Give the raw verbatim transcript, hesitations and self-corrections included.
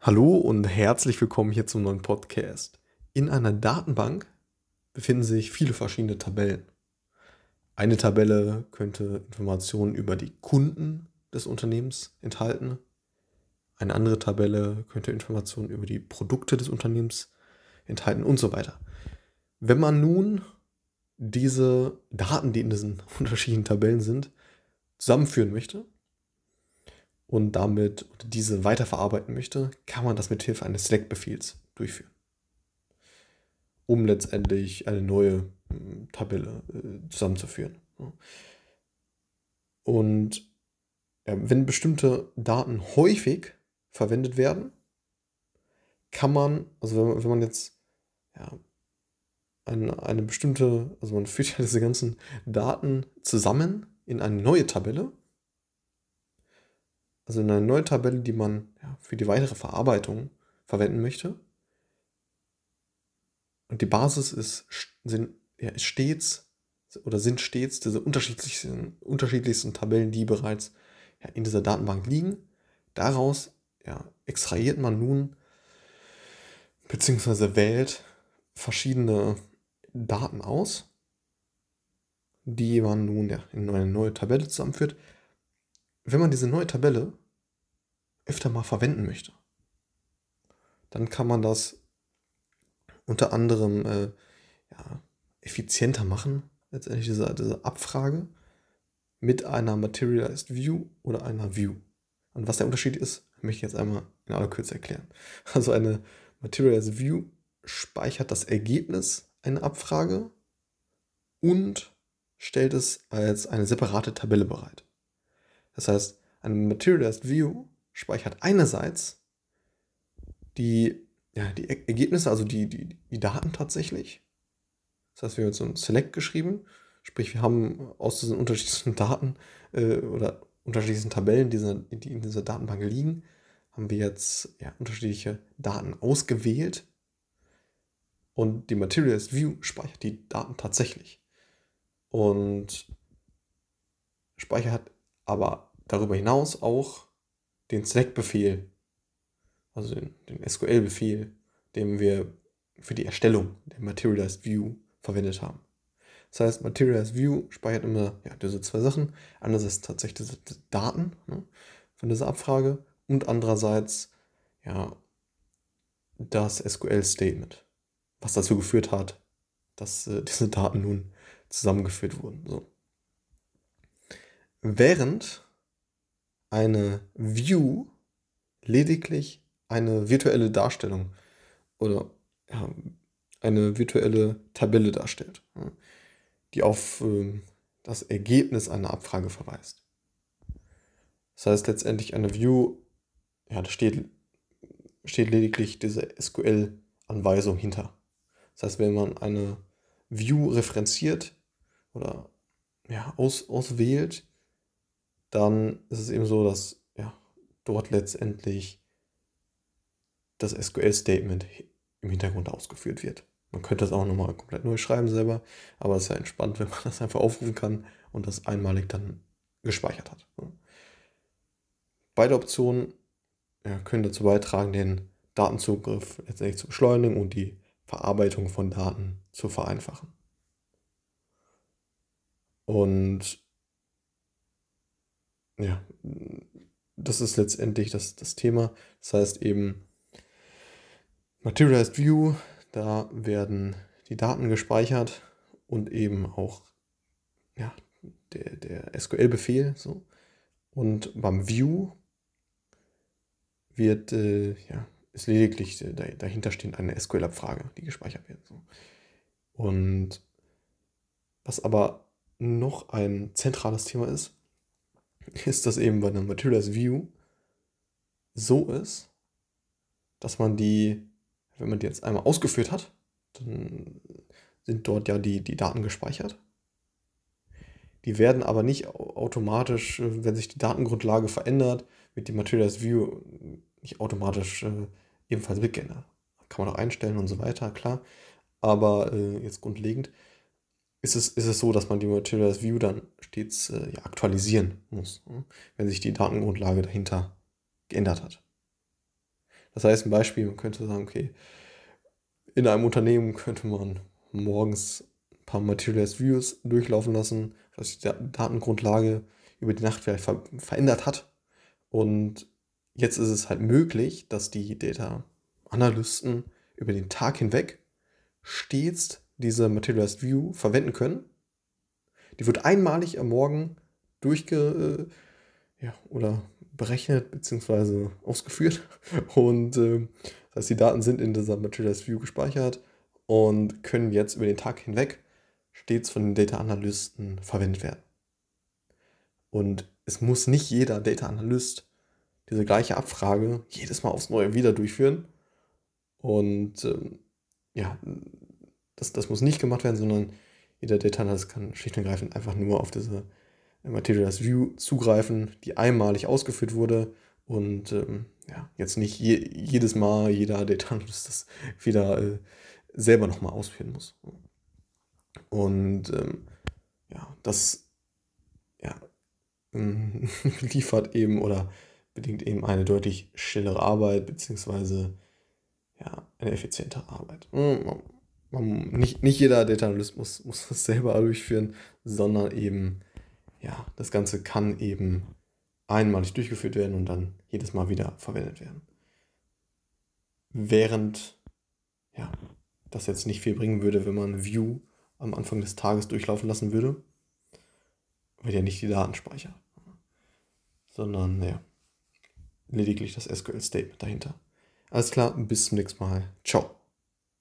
Hallo und herzlich willkommen hier zum neuen Podcast. In einer Datenbank befinden sich viele verschiedene Tabellen. Eine Tabelle könnte Informationen über die Kunden des Unternehmens enthalten. Eine andere Tabelle könnte Informationen über die Produkte des Unternehmens enthalten und so weiter. Wenn man nun diese Daten, die in diesen unterschiedlichen Tabellen sind, zusammenführen möchte und damit diese weiterverarbeiten möchte, kann man das mit Hilfe eines Select-Befehls durchführen, um letztendlich eine neue äh, Tabelle äh, zusammenzuführen. Ja. Und ja, wenn bestimmte Daten häufig verwendet werden, kann man, also wenn, wenn man jetzt ja, eine, eine bestimmte, also man führt ja diese ganzen Daten zusammen in eine neue Tabelle, also in eine neue Tabelle, die man ja, für die weitere Verarbeitung verwenden möchte. Und die Basis ist, sind, ja, ist stets oder sind stets diese unterschiedlichsten, unterschiedlichsten Tabellen, die bereits ja, in dieser Datenbank liegen. Daraus ja, extrahiert man nun bzw. wählt verschiedene Daten aus, die man nun ja, in eine neue Tabelle zusammenführt. Wenn man diese neue Tabelle öfter mal verwenden möchte, dann kann man das unter anderem äh, ja, effizienter machen, letztendlich diese, diese Abfrage mit einer Materialized View oder einer View. Und was der Unterschied ist, möchte ich jetzt einmal in aller Kürze erklären. Also eine Materialized View speichert das Ergebnis einer Abfrage und stellt es als eine separate Tabelle bereit. Das heißt, eine Materialized View speichert einerseits die, ja, die Ergebnisse, also die, die, die Daten tatsächlich. Das heißt, wir haben jetzt so ein Select geschrieben, sprich wir haben aus diesen unterschiedlichen Daten äh, oder unterschiedlichen Tabellen, die in dieser Datenbank liegen, haben wir jetzt ja, unterschiedliche Daten ausgewählt und die Materialized View speichert die Daten tatsächlich. Und speichert aber darüber hinaus auch den Select-Befehl, also den, den S Q L-Befehl, den wir für die Erstellung der Materialized View verwendet haben. Das heißt, Materialized View speichert immer ja, diese zwei Sachen. Einerseits tatsächlich diese Daten ne, von dieser Abfrage und andererseits ja, das S Q L-Statement, was dazu geführt hat, dass äh, diese Daten nun zusammengeführt wurden. So. Während eine View lediglich eine virtuelle Darstellung oder ja, eine virtuelle Tabelle darstellt, ja, die auf äh, das Ergebnis einer Abfrage verweist. Das heißt letztendlich eine View, ja, da steht, steht lediglich diese S Q L-Anweisung hinter. Das heißt, wenn man eine View referenziert oder ja, aus, auswählt, dann ist es eben so, dass ja, dort letztendlich das S Q L-Statement im Hintergrund ausgeführt wird. Man könnte das auch nochmal komplett neu schreiben selber, aber es ist ja entspannt, wenn man das einfach aufrufen kann und das einmalig dann gespeichert hat. Beide Optionen ja, können dazu beitragen, den Datenzugriff letztendlich zu beschleunigen und die Verarbeitung von Daten zu vereinfachen. Und ja, das ist letztendlich das, das Thema. Das heißt eben, Materialized View, da werden die Daten gespeichert und eben auch ja, der, der S Q L-Befehl. So. Und beim View wird, äh, ja, ist lediglich äh, dahinter stehend eine S Q L-Abfrage, die gespeichert wird. So. Und was aber noch ein zentrales Thema ist, ist, dass eben bei einer Materialized View so ist, dass man die, wenn man die jetzt einmal ausgeführt hat, dann sind dort ja die, die Daten gespeichert. Die werden aber nicht automatisch, wenn sich die Datengrundlage verändert, wird die Materialized View nicht automatisch äh, ebenfalls mitgeändert. Kann man auch einstellen und so weiter, klar. Aber äh, jetzt grundlegend ist es, ist es so, dass man die Materialized View dann stets äh, ja, aktualisieren muss, ne? Wenn sich die Datengrundlage dahinter geändert hat. Das heißt, ein Beispiel, man könnte sagen, okay, in einem Unternehmen könnte man morgens ein paar Materialized Views durchlaufen lassen, was die Datengrundlage über die Nacht vielleicht ver verändert hat. Und jetzt ist es halt möglich, dass die Data Analysten über den Tag hinweg stets diese Materialized View verwenden können. Die wird einmalig am Morgen durchge äh, ja, oder berechnet bzw. ausgeführt. Und äh, das heißt, die Daten sind in dieser Materialized View gespeichert und können jetzt über den Tag hinweg stets von den Data Analysten verwendet werden. Und es muss nicht jeder Data Analyst diese gleiche Abfrage jedes Mal aufs Neue wieder durchführen. Und ähm, ja, das, das muss nicht gemacht werden, sondern jeder Data Analyst kann schlicht und ergreifend einfach nur auf diese Materialized View zugreifen, die einmalig ausgeführt wurde und ähm, ja, jetzt nicht je, jedes Mal jeder Data Analyst das wieder äh, selber nochmal ausführen muss. Und ähm, ja, das ja, ähm, liefert eben oder bedingt eben eine deutlich schnellere Arbeit, beziehungsweise ja, eine effizientere Arbeit. Man, man, nicht, nicht jeder Data Analyst muss, muss das selber durchführen, sondern eben, ja, das Ganze kann eben einmalig durchgeführt werden und dann jedes Mal wieder verwendet werden. Während, ja, das jetzt nicht viel bringen würde, wenn man View am Anfang des Tages durchlaufen lassen würde, weil ja nicht die Daten speichert, sondern, ja, lediglich das S Q L-Statement dahinter. Alles klar, bis zum nächsten Mal. Ciao.